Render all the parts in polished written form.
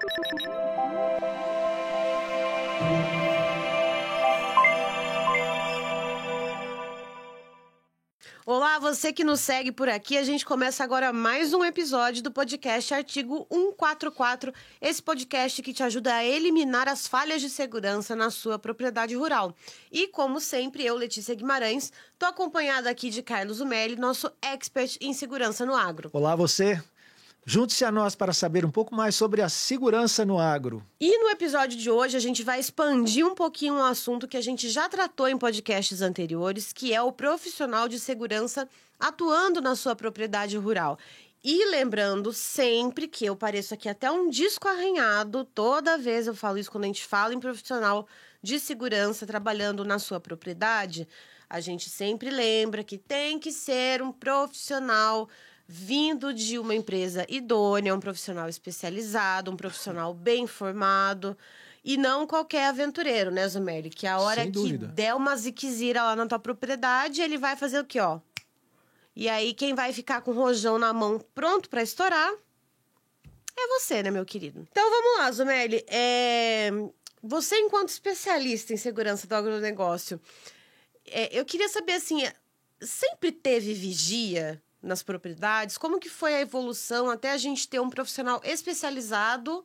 Olá, você que nos segue por aqui. A gente começa agora mais um episódio do podcast Artigo 144, esse podcast que te ajuda a eliminar as falhas de segurança na sua propriedade rural. E, como sempre, eu, Letícia Guimarães, estou acompanhada aqui de Carlos Zumelli, nosso expert em segurança no agro. Olá, você! Junte-se a nós para saber um pouco mais sobre a segurança no agro. E no episódio de hoje a gente vai expandir um pouquinho um assunto que a gente já tratou em podcasts anteriores, que é o profissional de segurança atuando na sua propriedade rural. E lembrando sempre que eu pareço aqui até um disco arranhado, toda vez eu falo isso quando a gente fala em profissional de segurança trabalhando na sua propriedade, a gente sempre lembra que tem que ser um profissional vindo de uma empresa idônea, um profissional especializado, um profissional bem formado e não qualquer aventureiro, né, Zumelli? Que a hora que der uma ziquezira lá na tua propriedade, ele vai fazer o quê, ó? E aí quem vai ficar com o rojão na mão pronto para estourar é você, né, meu querido? Então vamos lá, Zumelli. Você, enquanto especialista em segurança do agronegócio, eu queria saber, assim, sempre teve vigia nas propriedades? Como que foi a evolução até a gente ter um profissional especializado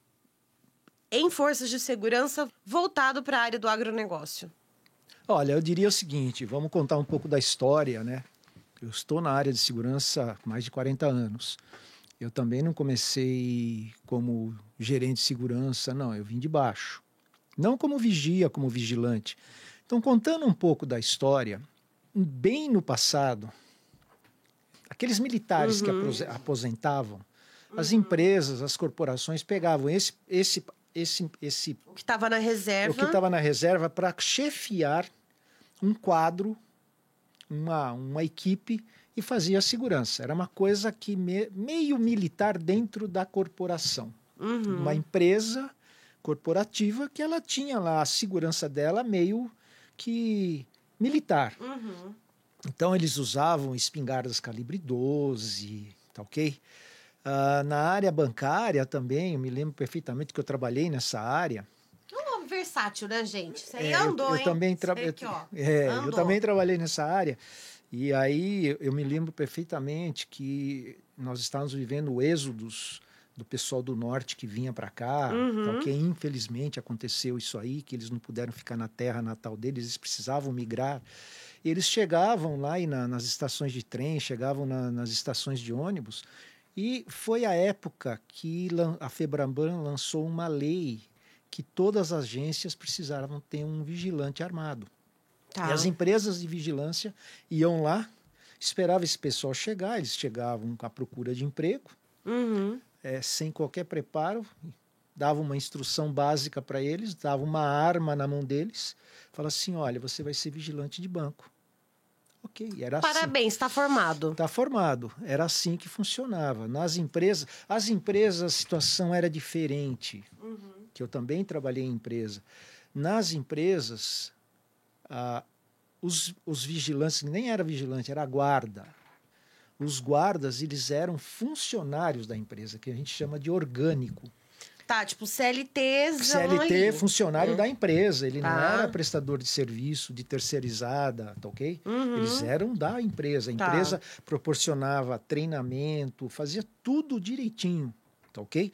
em forças de segurança voltado para a área do agronegócio? Olha, eu diria o seguinte, vamos contar um pouco da história, né? Eu estou na área de segurança há mais de 40 anos. Eu também não comecei como gerente de segurança, não, eu vim de baixo. Não como vigia, como vigilante. Então, contando um pouco da história, bem no passado, aqueles militares que aposentavam, as empresas, as corporações pegavam esse o que estava na reserva. O que estava na reserva para chefiar um quadro, uma equipe e fazia a segurança. Era uma coisa que meio militar dentro da corporação. Uma empresa corporativa que ela tinha lá a segurança dela meio que militar. Então eles usavam espingardas calibre 12, tá ok? Na área bancária também, eu me lembro perfeitamente que eu trabalhei nessa área. Um nome versátil, né, gente? Você aí andou, eu também eu também trabalhei nessa área. E aí eu me lembro perfeitamente que nós estávamos vivendo o êxodo do pessoal do norte que vinha para cá, tá ok? Infelizmente aconteceu isso aí, que eles não puderam ficar na terra natal deles, eles precisavam migrar. E eles chegavam lá nas estações de trem, chegavam nas estações de ônibus, e foi a época que a FEBRABAN lançou uma lei que todas as agências precisavam ter um vigilante armado. Tá. E as empresas de vigilância iam lá, esperavam esse pessoal chegar, eles chegavam à procura de emprego, sem qualquer preparo, dava uma instrução básica para eles, dava uma arma na mão deles, fala assim, olha, você vai ser vigilante de banco. Ok, era Parabéns, está formado. Está formado, era assim que funcionava. Nas empresas, as empresas a situação era diferente, que eu também trabalhei em empresa. Nas empresas, os vigilantes, nem era vigilante, era guarda. Os guardas, eles eram funcionários da empresa, que a gente chama de orgânico. Tá, tipo CLT, CLT, funcionário da empresa. Ele não era prestador de serviço, de terceirizada, tá ok? Eles eram da empresa. A empresa proporcionava treinamento, fazia tudo direitinho, tá ok?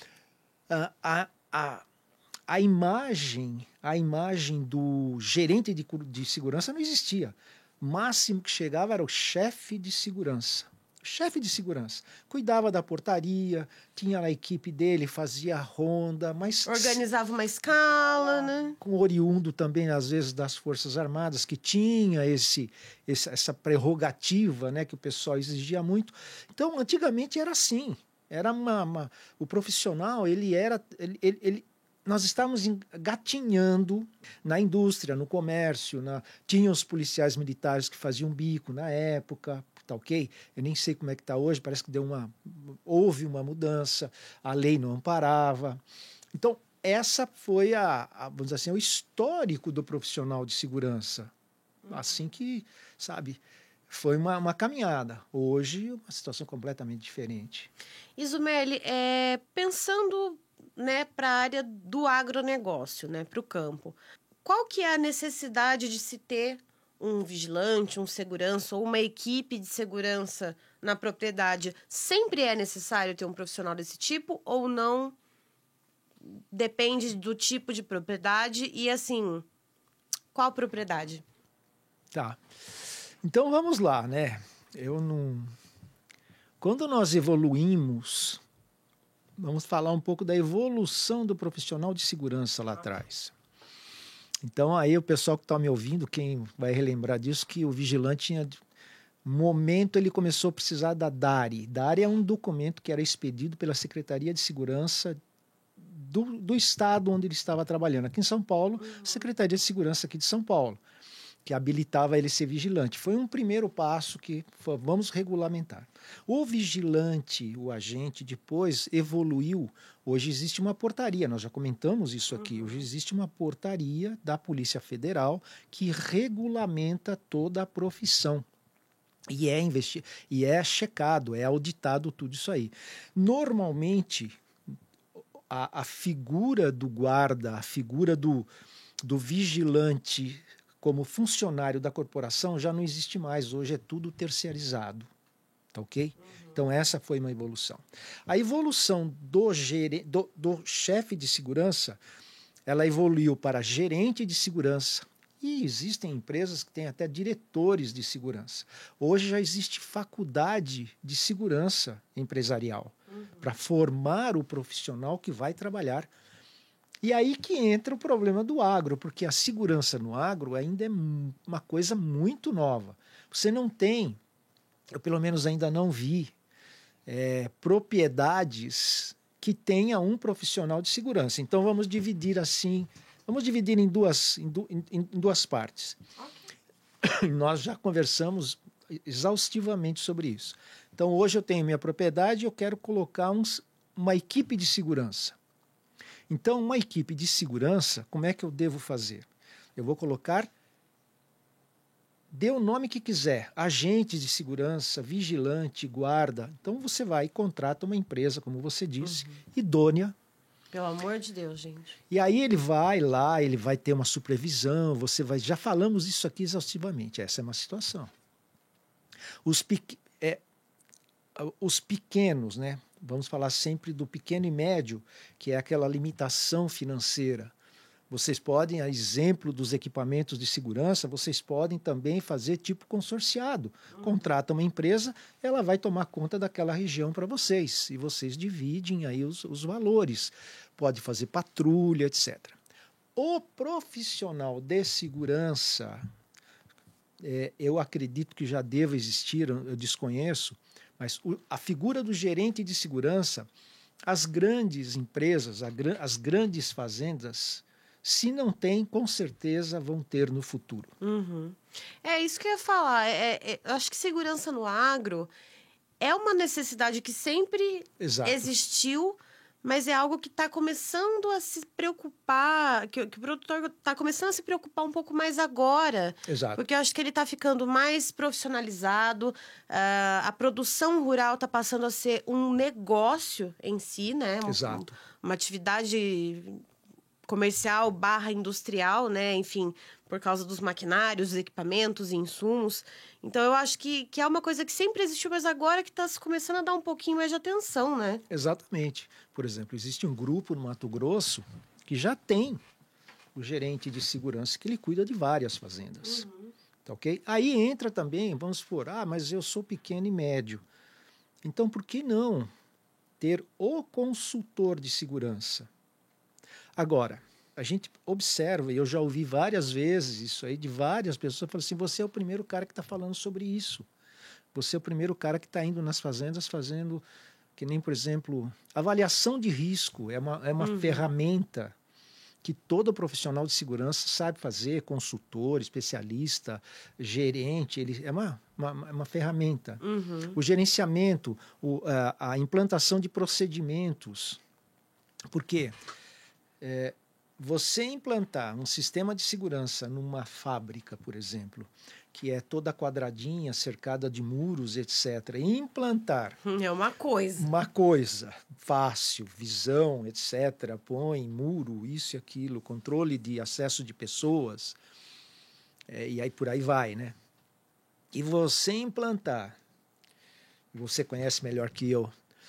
A imagem do gerente de segurança não existia. O máximo que chegava era o chefe de segurança. Chefe de segurança, cuidava da portaria, tinha a equipe dele, fazia ronda, mas... Organizava uma escala, né? Com oriundo também, às vezes, das Forças Armadas, que tinha essa prerrogativa, né, que o pessoal exigia muito. Então, antigamente era assim, era o profissional, nós estávamos gatinhando na indústria, no comércio, tinha os policiais militares que faziam bico na época, tá ok? Eu nem sei como é que está hoje, parece que houve uma mudança, a lei não amparava. Então, essa foi vamos dizer assim, o histórico do profissional de segurança. Assim que, sabe, foi uma caminhada. Hoje, uma situação completamente diferente. E Zumelli, pensando né, para a área do agronegócio, né, para o campo. Qual que é a necessidade de se ter um vigilante, um segurança ou uma equipe de segurança na propriedade? Sempre é necessário ter um profissional desse tipo ou não? Depende do tipo de propriedade e, assim, qual propriedade? Tá. Então, vamos lá, né? Quando nós evoluímos, vamos falar um pouco da evolução do profissional de segurança lá atrás. Então, aí o pessoal que está me ouvindo, quem vai relembrar disso, que o vigilante tinha... momento ele começou a precisar da DARI. DARI é um documento que era expedido pela Secretaria de Segurança do estado onde ele estava trabalhando. Aqui em São Paulo, Secretaria de Segurança aqui de São Paulo, que habilitava ele ser vigilante. Foi um primeiro passo que vamos regulamentar. O vigilante, o agente, depois evoluiu. Hoje existe uma portaria, nós já comentamos isso aqui. Hoje existe uma portaria da Polícia Federal que regulamenta toda a profissão. E é checado, é auditado tudo isso aí. Normalmente, a figura do guarda, a figura do vigilante como funcionário da corporação já não existe mais. Hoje é tudo terceirizado. Tá ok? Então, essa foi uma evolução. A evolução do chefe de segurança, ela evoluiu para gerente de segurança. E existem empresas que têm até diretores de segurança. Hoje já existe faculdade de segurança empresarial para formar o profissional que vai trabalhar. E aí que entra o problema do agro, porque a segurança no agro ainda é uma coisa muito nova. Você não tem, eu pelo menos ainda não vi, propriedades que tenha um profissional de segurança. Então vamos dividir assim, em duas partes. Okay. Nós já conversamos exaustivamente sobre isso. Então hoje eu tenho minha propriedade e eu quero colocar uma equipe de segurança. Então, uma equipe de segurança, como é que eu devo fazer? Eu vou colocar, dê o nome que quiser, agentes de segurança, vigilante, guarda. Então, você vai e contrata uma empresa, como você disse, idônea. Pelo amor de Deus, gente. E aí ele vai lá, ele vai ter uma supervisão, já falamos isso aqui exaustivamente, essa é uma situação. Os pequenos, né? Vamos falar sempre do pequeno e médio, que é aquela limitação financeira. Vocês podem, a exemplo dos equipamentos de segurança, vocês podem também fazer tipo consorciado. Contrata uma empresa, ela vai tomar conta daquela região para vocês. E vocês dividem aí os valores. Pode fazer patrulha, etc. O profissional de segurança, eu acredito que já deva existir, eu desconheço, mas a figura do gerente de segurança, as grandes empresas, as grandes fazendas, se não tem, com certeza vão ter no futuro. É isso que eu ia falar. Eu acho que segurança no agro é uma necessidade que sempre existiu, mas é algo que está começando a se preocupar, que o produtor está começando a se preocupar um pouco mais agora. Exato. Porque eu acho que ele está ficando mais profissionalizado, a produção rural está passando a ser um negócio em si, né? Exato. Uma atividade comercial / industrial, né? Enfim, por causa dos maquinários, dos equipamentos e insumos. Então, eu acho que é uma coisa que sempre existiu, mas agora que está começando a dar um pouquinho mais de atenção, né? Exatamente. Por exemplo, existe um grupo no Mato Grosso que já tem o gerente de segurança que ele cuida de várias fazendas. Tá ok? Aí entra também, vamos supor, mas eu sou pequeno e médio. Então, por que não ter o consultor de segurança? Agora, a gente observa, e eu já ouvi várias vezes isso aí de várias pessoas, falam assim, você é o primeiro cara que está falando sobre isso. Você é o primeiro cara que está indo nas fazendas fazendo, que nem, por exemplo, avaliação de risco. É uma ferramenta que todo profissional de segurança sabe fazer, consultor, especialista, gerente, é uma ferramenta. O gerenciamento, a implantação de procedimentos. Por quê? Você implantar um sistema de segurança numa fábrica, por exemplo, que é toda quadradinha, cercada de muros, etc. E implantar É uma coisa. uma coisa fácil, visão, etc. Põe muro, isso e aquilo, controle de acesso de pessoas, e aí por aí vai, né? E você implantar, você conhece melhor que eu,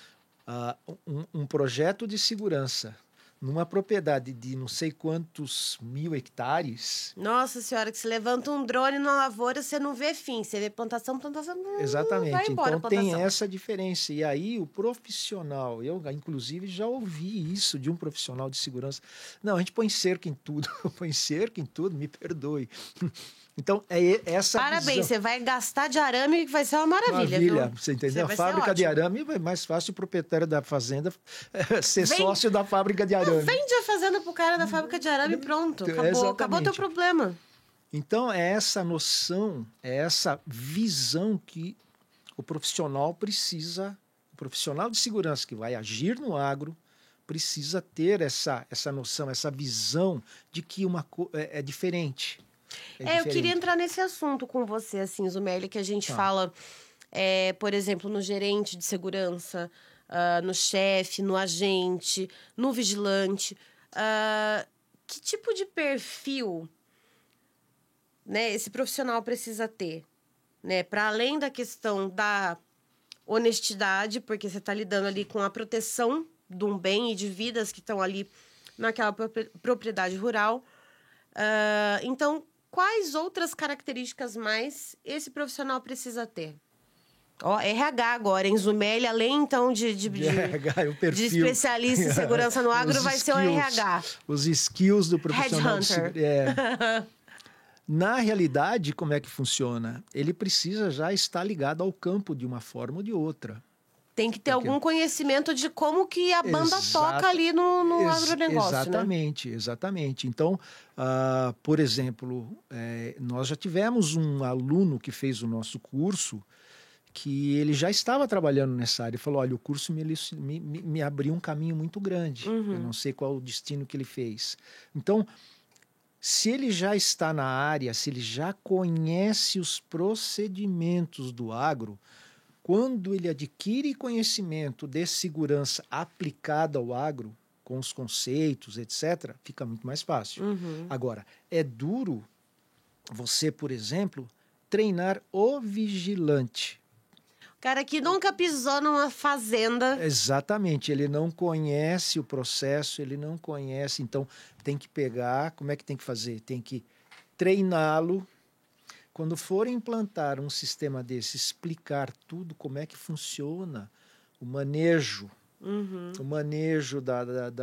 um projeto de segurança numa propriedade de não sei quantos 1000 hectares. Nossa senhora, que se levanta um drone na lavoura, você não vê fim. Você vê plantação, Exatamente. vai embora, então tem essa diferença. E aí o profissional, eu inclusive já ouvi isso de um profissional de segurança. Não, a gente põe cerca em tudo. Põe cerca em tudo, me perdoe. Então, é essa Parabéns, visão. você vai gastar de arame e vai ser uma maravilha, viu? Você entendeu? A fábrica de arame é mais fácil o proprietário da fazenda ser sócio da fábrica de arame. Vende a fazenda pro cara da fábrica de arame e pronto. Acabou o teu problema. Então, é essa noção, é essa visão que o profissional precisa, o profissional de segurança que vai agir no agro, precisa ter essa noção, essa visão de que é diferente. Eu queria entrar nesse assunto com você, assim, Zumelli, que a gente fala, por exemplo, no gerente de segurança, no chefe, no agente, no vigilante. Que tipo de perfil, né, esse profissional precisa ter? Né? Para além da questão da honestidade, porque você está lidando ali com a proteção de um bem e de vidas que estão ali naquela propriedade rural. Então, quais outras características mais esse profissional precisa ter? RH agora, em Zumelli, além então de especialista em segurança no agro, vai ser o RH. Os skills do profissional de segurança. Na realidade, como é que funciona? Ele precisa já estar ligado ao campo de uma forma ou de outra. Tem que ter algum conhecimento de como que a banda toca ali no agronegócio, Exatamente. Então, por exemplo, nós já tivemos um aluno que fez o nosso curso que ele já estava trabalhando nessa área. Ele falou, olha, o curso me abriu um caminho muito grande. Eu não sei qual o destino que ele fez. Então, se ele já está na área, se ele já conhece os procedimentos do agro, quando ele adquire conhecimento de segurança aplicada ao agro, com os conceitos, etc., fica muito mais fácil. Agora, é duro você, por exemplo, treinar o vigilante. Cara que nunca pisou numa fazenda. Exatamente, ele não conhece o processo, ele não conhece, então tem que pegar, como é que tem que fazer? Tem que treiná-lo. Quando for implantar um sistema desse, explicar tudo como é que funciona, o manejo da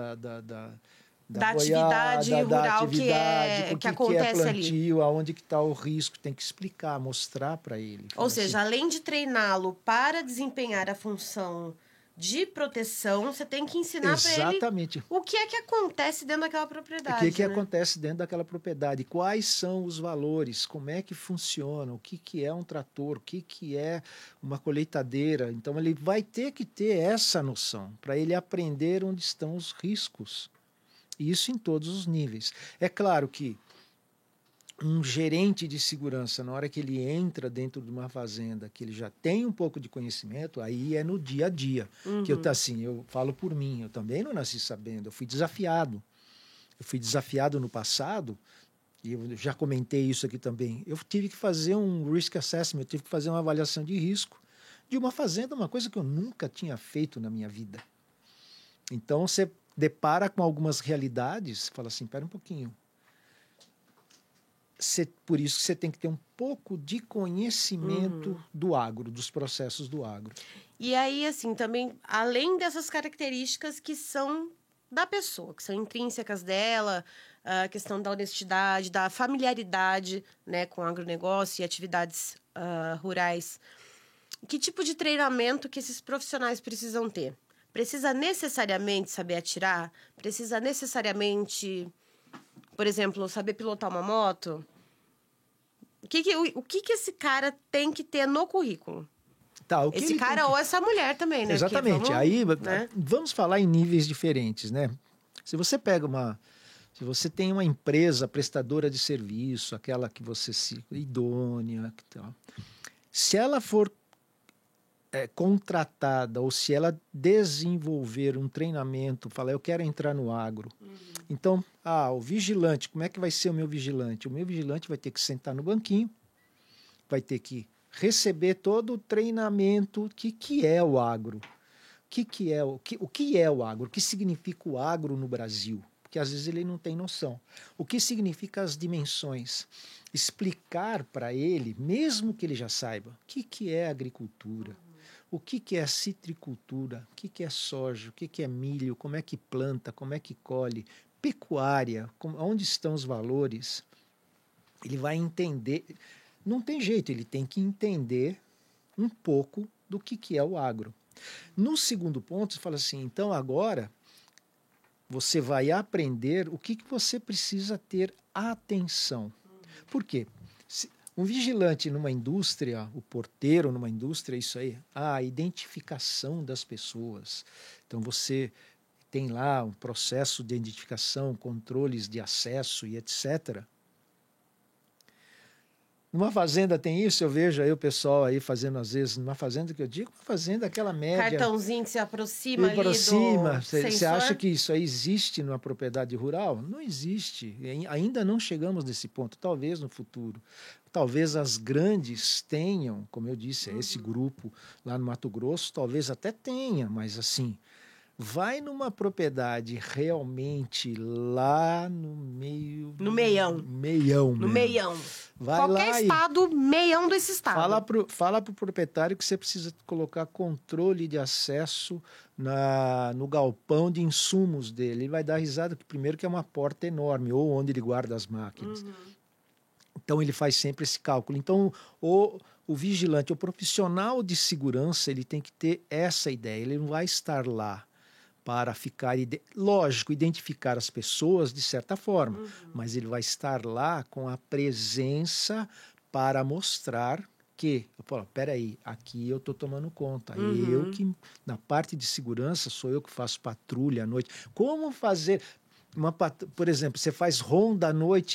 atividade boiada, rural que acontece plantio, ali. Aonde que está o risco, tem que explicar, mostrar para ele. Ou seja, além de treiná-lo para desempenhar a função de proteção, você tem que ensinar para ele o que é que acontece dentro daquela propriedade. O que acontece dentro daquela propriedade, quais são os valores, como é que funciona, o que é um trator, o que é uma colheitadeira. Então, ele vai ter que ter essa noção para ele aprender onde estão os riscos. Isso em todos os níveis. É claro que um gerente de segurança, na hora que ele entra dentro de uma fazenda, que ele já tem um pouco de conhecimento, aí é no dia a dia. Que eu falo por mim, eu também não nasci sabendo, eu fui desafiado. Eu fui desafiado no passado, e eu já comentei isso aqui também. Eu tive que fazer um risk assessment, eu tive que fazer uma avaliação de risco de uma fazenda, uma coisa que eu nunca tinha feito na minha vida. Então, você depara com algumas realidades, fala assim, espera um pouquinho. Por isso que você tem que ter um pouco de conhecimento do agro, dos processos do agro. E aí, assim, também, além dessas características que são da pessoa, que são intrínsecas dela, a questão da honestidade, da familiaridade, né, com o agronegócio e atividades rurais, que tipo de treinamento que esses profissionais precisam ter? Precisa necessariamente saber atirar? Precisa necessariamente, por exemplo, saber pilotar uma moto? O que esse cara tem que ter no currículo? Esse cara ou essa mulher também, né? Exatamente. Porque aí, vamos falar em níveis diferentes, né? Se você pega Se você tem uma empresa prestadora de serviço, aquela que você se idônea, que tal, se ela for contratada ou se ela desenvolver um treinamento, falar, eu quero entrar no agro. Então, o vigilante, como é que vai ser o meu vigilante? O meu vigilante vai ter que sentar no banquinho, vai ter que receber todo o treinamento. O que é o agro? O que é o agro? O que significa o agro no Brasil? Porque às vezes ele não tem noção. O que significa as dimensões? Explicar para ele, mesmo que ele já saiba, o que é agricultura, o que é citricultura, o que é soja, o que é milho, como é que planta, como é que colhe, pecuária, onde estão os valores. Ele vai entender. Não tem jeito, ele tem que entender um pouco do que é o agro. No segundo ponto, você fala assim, então agora você vai aprender o que você precisa ter atenção. Por quê? Um vigilante numa indústria, o porteiro numa indústria, isso aí, a identificação das pessoas. Então você tem lá um processo de identificação, controles de acesso e etc. Numa fazenda tem isso, eu vejo aí o pessoal aí fazendo, às vezes, numa fazenda que eu digo, uma fazenda aquela média. Cartãozinho que se aproxima ali Você acha que isso aí existe numa propriedade rural? Não existe. Ainda não chegamos nesse ponto, talvez no futuro. Talvez as grandes tenham, como eu disse, esse grupo lá no Mato Grosso, talvez até tenha, mas assim, vai numa propriedade realmente lá no meio... No meião. Meião. No meião. Vai qualquer lá estado, meião desse estado. Fala pro proprietário que você precisa colocar controle de acesso no galpão de insumos dele. Ele vai dar risada, que primeiro que é uma porta enorme, ou onde ele guarda as máquinas. Então ele faz sempre esse cálculo. Então o vigilante, o profissional de segurança, ele tem que ter essa ideia. Ele não vai estar lá para ficar, lógico, identificar as pessoas de certa forma, mas ele vai estar lá com a presença para mostrar que, peraí, aqui eu estou tomando conta, eu que, na parte de segurança, sou eu que faço patrulha à noite. Como fazer... por exemplo, você faz ronda à noite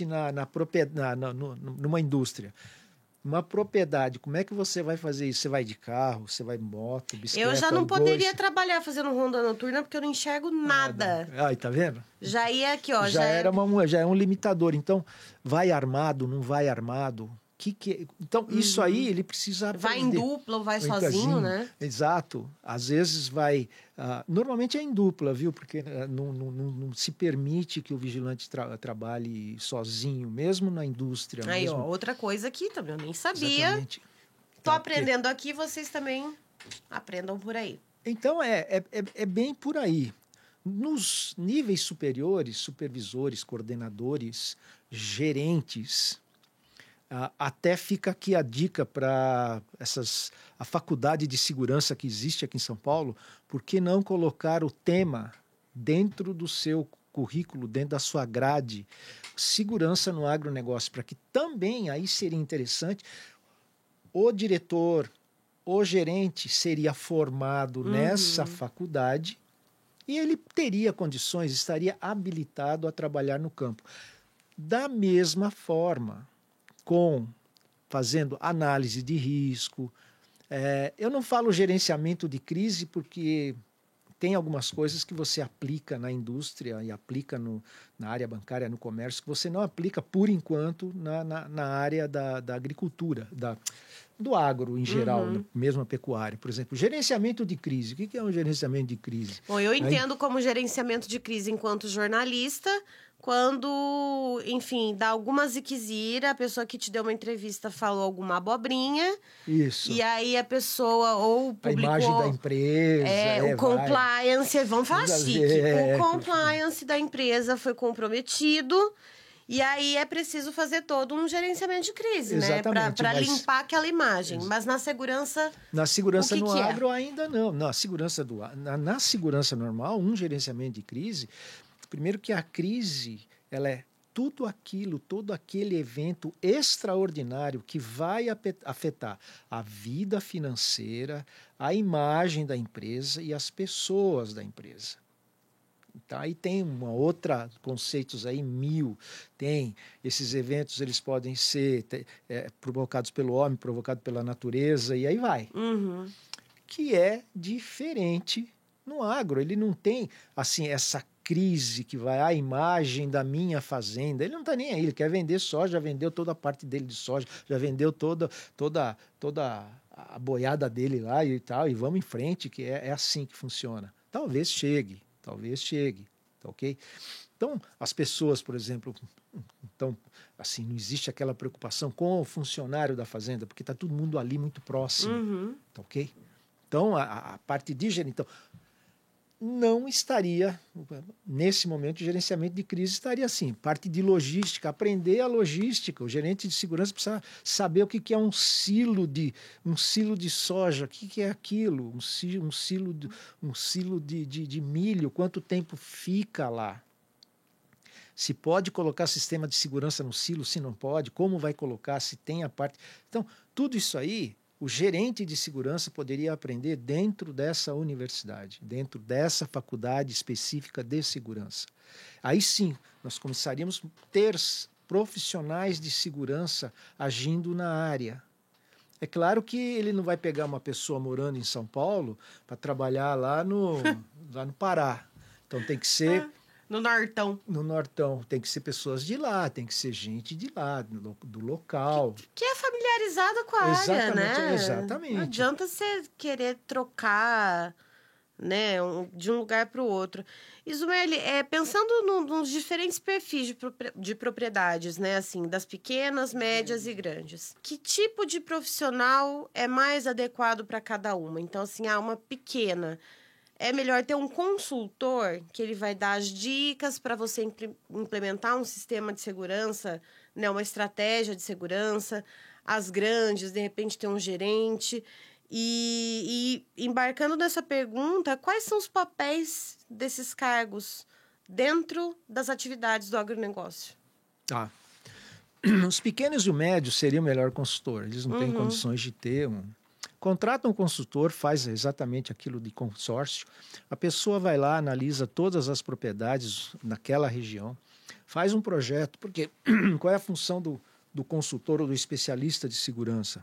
numa indústria. Uma propriedade, como é que você vai fazer isso? Você vai de carro, você vai de moto, bicicleta? Eu já não poderia trabalhar fazendo ronda noturna porque eu não enxergo nada. Aí, tá vendo? Já ia aqui, ó. Já é um limitador. Então, vai armado, não vai armado? Então, isso aí ele precisa aprender. Vai em dupla ou vai sozinho, né? Exato. Às vezes vai... normalmente é em dupla, viu? Porque não se permite que o vigilante trabalhe sozinho, mesmo na indústria. Aí, ó, outra coisa aqui também, eu nem sabia. Exatamente. Tô aprendendo aqui, vocês também aprendam por aí. Então, é bem por aí. Nos níveis superiores, supervisores, coordenadores, gerentes... até fica aqui a dica para a faculdade de segurança que existe aqui em São Paulo, por que não colocar o tema dentro do seu currículo, dentro da sua grade, segurança no agronegócio, para que também, aí seria interessante, o diretor, o gerente seria formado nessa faculdade e ele teria condições, estaria habilitado a trabalhar no campo. Da mesma forma, fazendo análise de risco. Eu não falo gerenciamento de crise porque tem algumas coisas que você aplica na indústria e aplica na área bancária, no comércio, que você não aplica, por enquanto, na área da agricultura, do agro em geral, mesmo a pecuária. Por exemplo, gerenciamento de crise. O que é um gerenciamento de crise? Bom, eu entendo como gerenciamento de crise enquanto jornalista, quando, enfim, dá alguma ziquezira, a pessoa que te deu uma entrevista falou alguma abobrinha. Isso. E aí a pessoa ou publicou... A imagem da empresa. O compliance, vamos falar chique. O compliance da empresa foi comprometido. E aí é preciso fazer todo um gerenciamento de crise, exatamente, né? Para limpar aquela imagem. Mas na segurança... Na segurança no agro ainda não. Na segurança normal, um gerenciamento de crise... Primeiro que a crise, ela é tudo aquilo, todo aquele evento extraordinário que vai afetar a vida financeira, a imagem da empresa e as pessoas da empresa. Tá? E tem uma outra conceitos aí, tem esses eventos, eles podem ser provocados pelo homem, provocados pela natureza, e aí vai. Uhum. Que é diferente no agro. Ele não tem, assim, essa crise que vai a imagem da minha fazenda. Ele não está nem aí, ele quer vender soja, já vendeu toda a parte dele de soja, já vendeu toda a boiada dele lá e tal, e vamos em frente, que é assim que funciona. Talvez chegue, tá ok? Então, as pessoas, por exemplo, então, assim, não existe aquela preocupação com o funcionário da fazenda, porque está todo mundo ali muito próximo, Uhum. tá ok? Então, a parte de gerenciamento, então, não estaria, nesse momento de gerenciamento de crise, estaria assim, parte de logística, aprender a logística. O gerente de segurança precisa saber o que é um silo de soja, o que é aquilo, um silo de milho, quanto tempo fica lá. Se pode colocar sistema de segurança no silo, se não pode, como vai colocar, se tem a parte... Então, tudo isso aí, o gerente de segurança poderia aprender dentro dessa universidade, dentro dessa faculdade específica de segurança. Aí sim, nós começaríamos a ter profissionais de segurança agindo na área. É claro que ele não vai pegar uma pessoa morando em São Paulo para trabalhar lá no Pará. Então tem que ser... No Nortão. No Nortão. Tem que ser pessoas de lá, tem que ser gente de lá, do local. Que é familiarizado com a área, né? Exatamente. Não adianta você querer trocar, né, de um lugar para o outro. Ismael, pensando nos diferentes perfis de propriedades, né, assim, das pequenas, médias e grandes, que tipo de profissional é mais adequado para cada uma? Então, assim, uma pequena... É melhor ter um consultor que ele vai dar as dicas para você implementar um sistema de segurança, né, uma estratégia de segurança. As grandes, de repente, ter um gerente. E embarcando nessa pergunta, quais são os papéis desses cargos dentro das atividades do agronegócio? Tá. Os pequenos e o médio seriam o melhor consultor. Eles não têm condições de ter um... Contrata um consultor, faz exatamente aquilo de consórcio. A pessoa vai lá, analisa todas as propriedades naquela região, faz um projeto, porque qual é a função do consultor ou do especialista de segurança?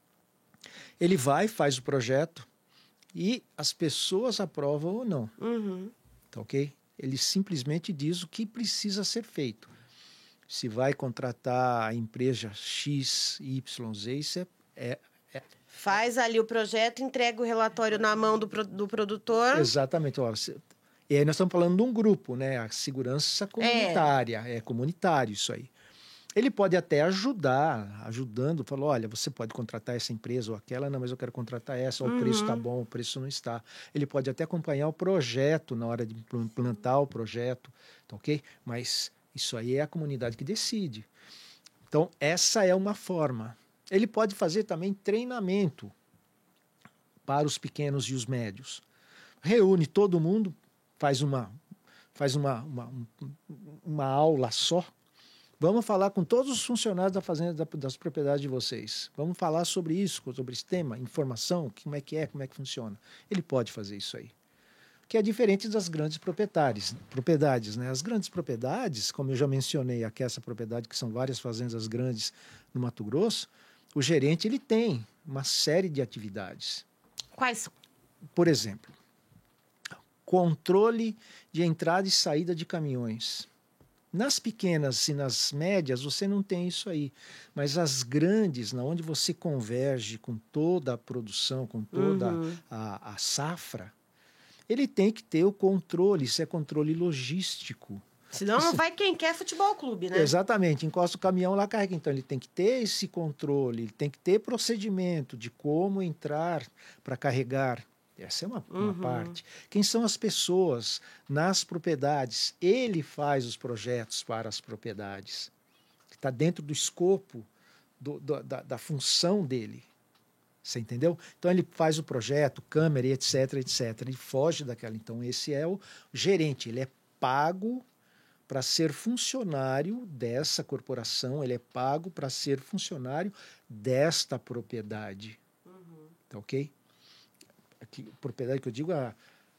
Ele vai, faz o projeto e as pessoas aprovam ou não. Tá ok? Ele simplesmente diz o que precisa ser feito. Se vai contratar a empresa X, Y, Z, isso Faz ali o projeto, entrega o relatório na mão do produtor. Exatamente. E aí nós estamos falando de um grupo, né? A segurança comunitária. É comunitário isso aí. Ele pode até ajudando, falou, olha, você pode contratar essa empresa ou aquela, não, mas eu quero contratar essa, o preço está bom, o preço não está. Ele pode até acompanhar o projeto na hora de implantar o projeto, tá ok? Mas isso aí é a comunidade que decide. Então, essa é uma forma. Ele pode fazer também treinamento para os pequenos e os médios. Reúne todo mundo, faz uma aula só. Vamos falar com todos os funcionários da fazenda, das propriedades de vocês. Vamos falar sobre isso, sobre esse tema, informação, como é que funciona. Ele pode fazer isso aí. Que é diferente das grandes propriedades, né? As grandes propriedades, como eu já mencionei aqui, essa propriedade, que são várias fazendas grandes no Mato Grosso, o gerente ele tem uma série de atividades. Quais são? Por exemplo, controle de entrada e saída de caminhões. Nas pequenas e nas médias você não tem isso aí, mas as grandes, na onde você converge com toda a produção, com toda a safra, ele tem que ter o controle, isso é controle logístico. Senão não vai quem quer futebol clube, né? Exatamente, encosta o caminhão lá, carrega. Então ele tem que ter esse controle, ele tem que ter procedimento de como entrar para carregar. Essa é uma parte. Quem são as pessoas nas propriedades? Ele faz os projetos para as propriedades. Está dentro do escopo da função dele. Você entendeu? Então ele faz o projeto, câmera, etc, etc. Ele foge daquela. Então esse é o gerente. Ele é pago para ser funcionário dessa corporação, ele é pago para ser funcionário desta propriedade. Tá ok? Aqui, propriedade que eu digo,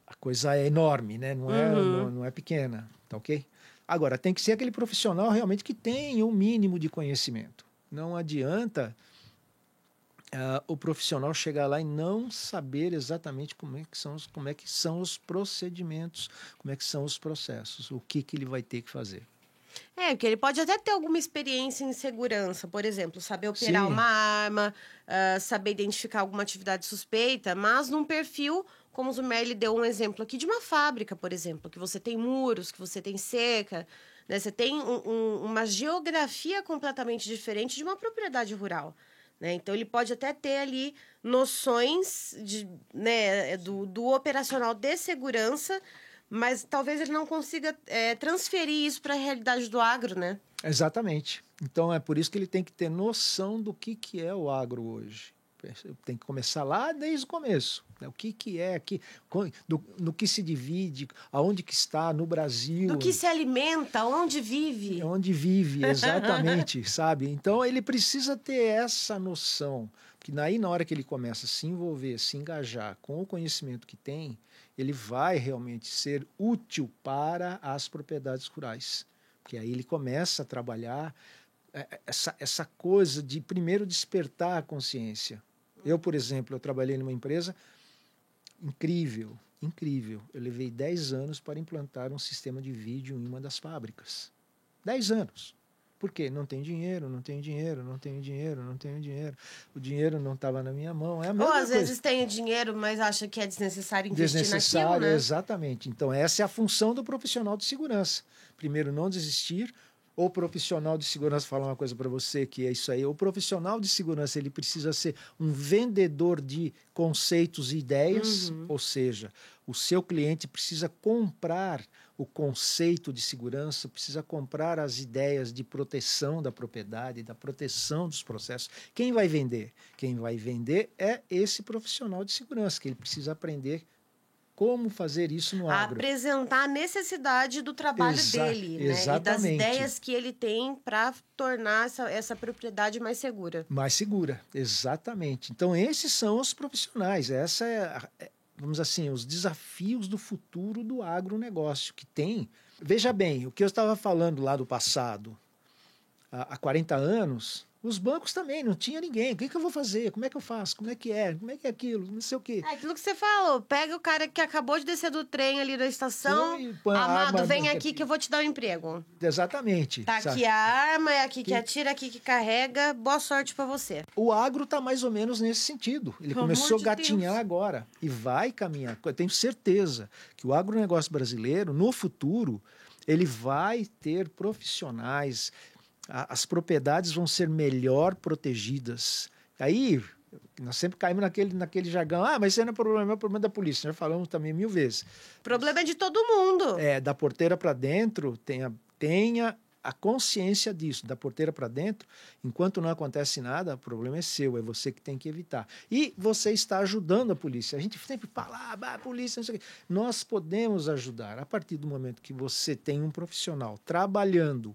a coisa é enorme, né? Não é pequena, tá ok? Agora, tem que ser aquele profissional realmente que tenha um mínimo de conhecimento. Não adianta o profissional chegar lá e não saber exatamente como é que são os procedimentos, como é que são os processos, o que ele vai ter que fazer. Porque ele pode até ter alguma experiência em segurança, por exemplo, saber operar Sim. uma arma, saber identificar alguma atividade suspeita, mas num perfil, como o Zumerli deu um exemplo aqui, de uma fábrica, por exemplo, que você tem muros, que você tem cerca, né? Você tem uma geografia completamente diferente de uma propriedade rural. Né? Então, ele pode até ter ali noções do operacional de segurança, mas talvez ele não consiga transferir isso para a realidade do agro, né? Exatamente. Então, é por isso que ele tem que ter noção do que é o agro hoje. Tem que começar lá desde o começo. Né? O que é aqui, no que se divide, aonde que está, no Brasil. Do que se alimenta, onde vive. Onde vive, exatamente, sabe? Então, ele precisa ter essa noção. Porque daí, na hora que ele começa a se envolver, se engajar com o conhecimento que tem, ele vai realmente ser útil para as propriedades rurais. Porque aí ele começa a trabalhar essa coisa de, primeiro, despertar a consciência. Eu, por exemplo, eu trabalhei numa empresa incrível. Eu levei 10 anos para implantar um sistema de vídeo em uma das fábricas. 10 anos. Por quê? Não tem dinheiro. O dinheiro não estava na minha mão. É a mesma Ou coisa. às vezes tem dinheiro, mas acha que é desnecessário investir naquilo, né? Exatamente. Então, essa é a função do profissional de segurança. Primeiro, não desistir. O profissional de segurança, falar uma coisa para você que é isso aí, o profissional de segurança ele precisa ser um vendedor de conceitos e ideias, ou seja, o seu cliente precisa comprar o conceito de segurança, precisa comprar as ideias de proteção da propriedade, da proteção dos processos. Quem vai vender? Quem vai vender é esse profissional de segurança, que ele precisa aprender como fazer isso no agro. Apresentar a necessidade do trabalho dele, né? Exatamente. E das ideias que ele tem para tornar essa propriedade mais segura. Mais segura, exatamente. Então, esses são os profissionais. Essa vamos dizer assim, os desafios do futuro do agronegócio que tem. Veja bem, o que eu estava falando lá do passado, há 40 anos... Os bancos também, não tinha ninguém. O que eu vou fazer? Como é que eu faço? Como é que é? Como é que é aquilo? Não sei o quê. É aquilo que você falou. Pega o cara que acabou de descer do trem ali da estação. Amado, vem aqui que eu vou te dar um emprego. Exatamente. Tá aqui a arma, é aqui que atira, aqui que carrega. Boa sorte pra você. O agro tá mais ou menos nesse sentido. Ele começou a gatinhar agora. E vai caminhar. Eu tenho certeza que o agronegócio brasileiro, no futuro, ele vai ter profissionais... As propriedades vão ser melhor protegidas. Aí, nós sempre caímos naquele jargão. Mas isso não é problema, é problema da polícia. Já falamos também 1000 vezes. O problema é de todo mundo. Da porteira para dentro, tenha a consciência disso. Da porteira para dentro, enquanto não acontece nada, o problema é seu, é você que tem que evitar. E você está ajudando a polícia. A gente sempre fala, a polícia, não sei o quê. Nós podemos ajudar. A partir do momento que você tem um profissional trabalhando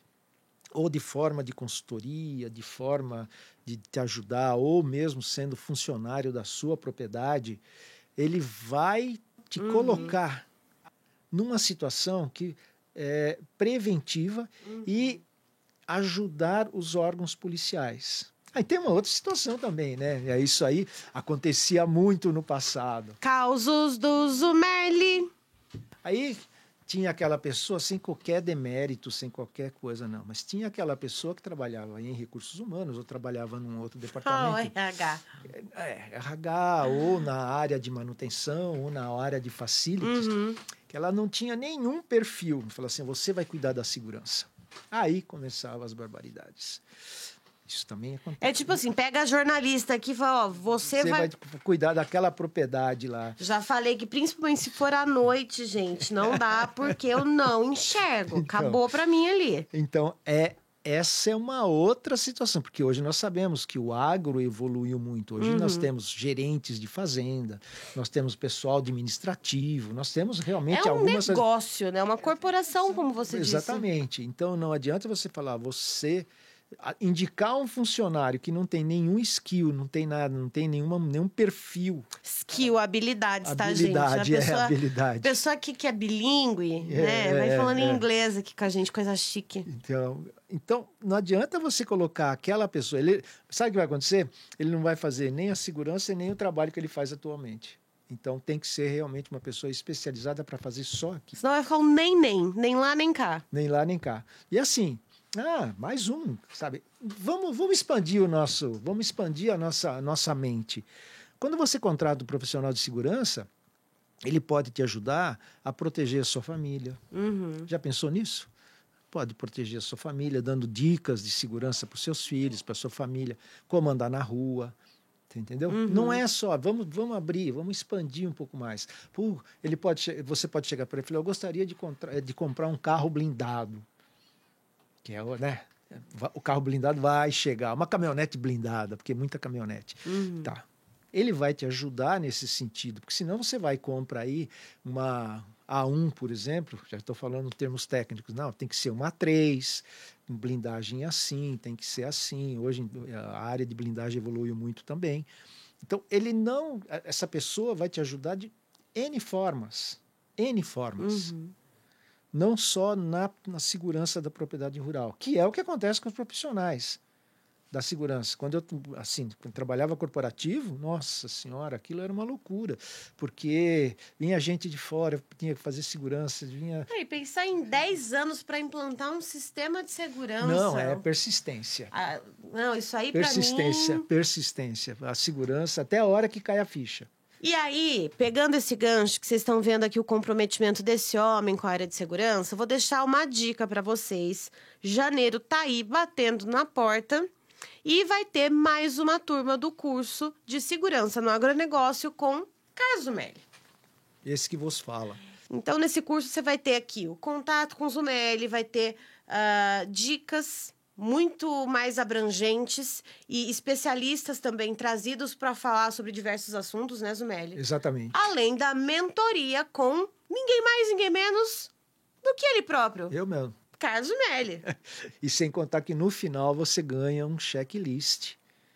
ou de forma de consultoria, de forma de te ajudar, ou mesmo sendo funcionário da sua propriedade, ele vai te colocar numa situação que é preventiva e ajudar os órgãos policiais. Aí tem uma outra situação também, né? Isso aí acontecia muito no passado. Causos do Zumerli. Aí... tinha aquela pessoa sem qualquer demérito, sem qualquer coisa, não. Mas tinha aquela pessoa que trabalhava em recursos humanos ou trabalhava num outro departamento. RH. RH, ou na área de manutenção, ou na área de facilities, que ela não tinha nenhum perfil. Falava assim, você vai cuidar da segurança. Aí começavam as barbaridades. Isso também acontece. É tipo assim, pega a jornalista aqui e fala, você vai cuidar daquela propriedade lá. Já falei que principalmente se for à noite, gente, não dá porque eu não enxergo. Então, acabou pra mim ali. Então, essa é uma outra situação, porque hoje nós sabemos que o agro evoluiu muito. Hoje nós temos gerentes de fazenda, nós temos pessoal administrativo, nós temos realmente algumas... É um negócio, né? Uma corporação, como você disse. Exatamente. Então, não adianta você falar, você indicar um funcionário que não tem nenhum skill, não tem nada, não tem nenhum perfil. Skill, habilidades, tá, gente? Habilidade. Pessoa aqui que é bilíngue, né? Vai falando em inglês aqui com a gente, coisa chique. Então, não adianta você colocar aquela pessoa... Sabe o que vai acontecer? Ele não vai fazer nem a segurança e nem o trabalho que ele faz atualmente. Então, tem que ser realmente uma pessoa especializada para fazer só aquilo. Senão vai ficar um nem lá, nem cá. Nem lá, nem cá. E assim... mais um, sabe? Vamos expandir vamos expandir a nossa mente. Quando você contrata um profissional de segurança, ele pode te ajudar a proteger a sua família. Já pensou nisso? Pode proteger a sua família, dando dicas de segurança para os seus filhos, para a sua família, como andar na rua. Entendeu? Não é só, vamos abrir, vamos expandir um pouco mais. Você pode chegar para ele e falar, eu gostaria de comprar um carro blindado. Que é, né? O carro blindado vai chegar, uma caminhonete blindada, porque é muita caminhonete. Tá. Ele vai te ajudar nesse sentido, porque senão você vai comprar aí uma A1, por exemplo, já estou falando em termos técnicos, não, tem que ser uma A3, blindagem assim, tem que ser assim. Hoje a área de blindagem evoluiu muito também. Então, essa pessoa vai te ajudar de N formas. Não só na segurança da propriedade rural, que é o que acontece com os profissionais da segurança. Quando eu trabalhava corporativo, nossa senhora, aquilo era uma loucura, porque vinha gente de fora, tinha que fazer segurança, E pensar em 10 anos para implantar um sistema de segurança... Não, é persistência. Não, isso aí para mim... Persistência. A segurança até a hora que cai a ficha. E aí, pegando esse gancho que vocês estão vendo aqui, o comprometimento desse homem com a área de segurança, eu vou deixar uma dica para vocês. Janeiro tá aí batendo na porta e vai ter mais uma turma do curso de segurança no agronegócio com Carlos Zumelli. Esse que vos fala. Então, nesse curso você vai ter aqui o contato com o Zumelli, vai ter dicas muito mais abrangentes e especialistas também trazidos para falar sobre diversos assuntos, né, Zumelli? Exatamente. Além da mentoria com ninguém mais, ninguém menos do que ele próprio. Eu mesmo. Carlos Zumelli. E sem contar que no final você ganha um checklist,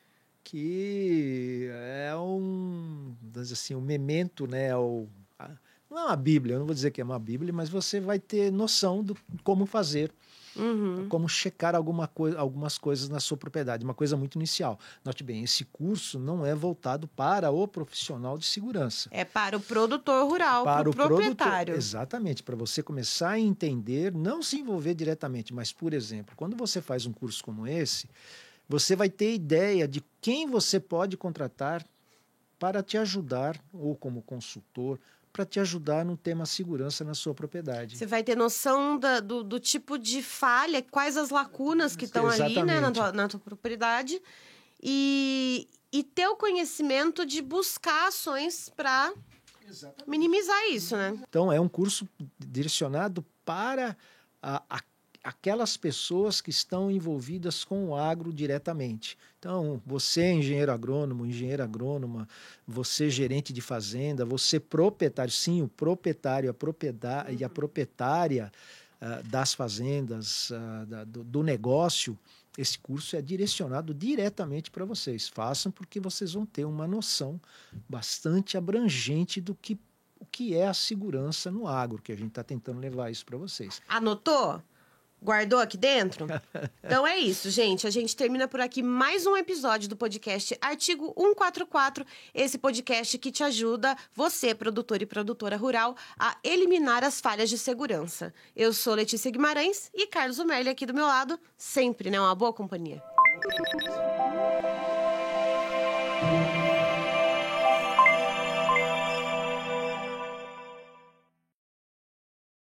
que é um memento, né? Não é uma Bíblia, eu não vou dizer que é uma Bíblia, mas você vai ter noção de como fazer. Como checar algumas coisas na sua propriedade, uma coisa muito inicial. Note bem, esse curso não é voltado para o profissional de segurança. É para o produtor rural, para o proprietário. Exatamente, para você começar a entender, não se envolver diretamente, mas, por exemplo, quando você faz um curso como esse, você vai ter ideia de quem você pode contratar para te ajudar, ou como consultor, para te ajudar no tema segurança na sua propriedade. Você vai ter noção do tipo de falha, quais as lacunas que estão ali, né, na tua propriedade, e ter o conhecimento de buscar ações para minimizar isso, né? Então, é um curso direcionado para aquelas pessoas que estão envolvidas com o agro diretamente. Então, você engenheiro agrônomo, engenheira agrônoma, você gerente de fazenda, você proprietário, sim, o proprietário e a proprietária das fazendas, do negócio, esse curso é direcionado diretamente para vocês. Façam, porque vocês vão ter uma noção bastante abrangente do que é a segurança no agro, que a gente está tentando levar isso para vocês. Anotou? Guardou aqui dentro? Então é isso, gente. A gente termina por aqui mais um episódio do podcast Artigo 144. Esse podcast que te ajuda, você, produtor e produtora rural, a eliminar as falhas de segurança. Eu sou Letícia Guimarães e Carlos Zumelli aqui do meu lado. Sempre, né? Uma boa companhia.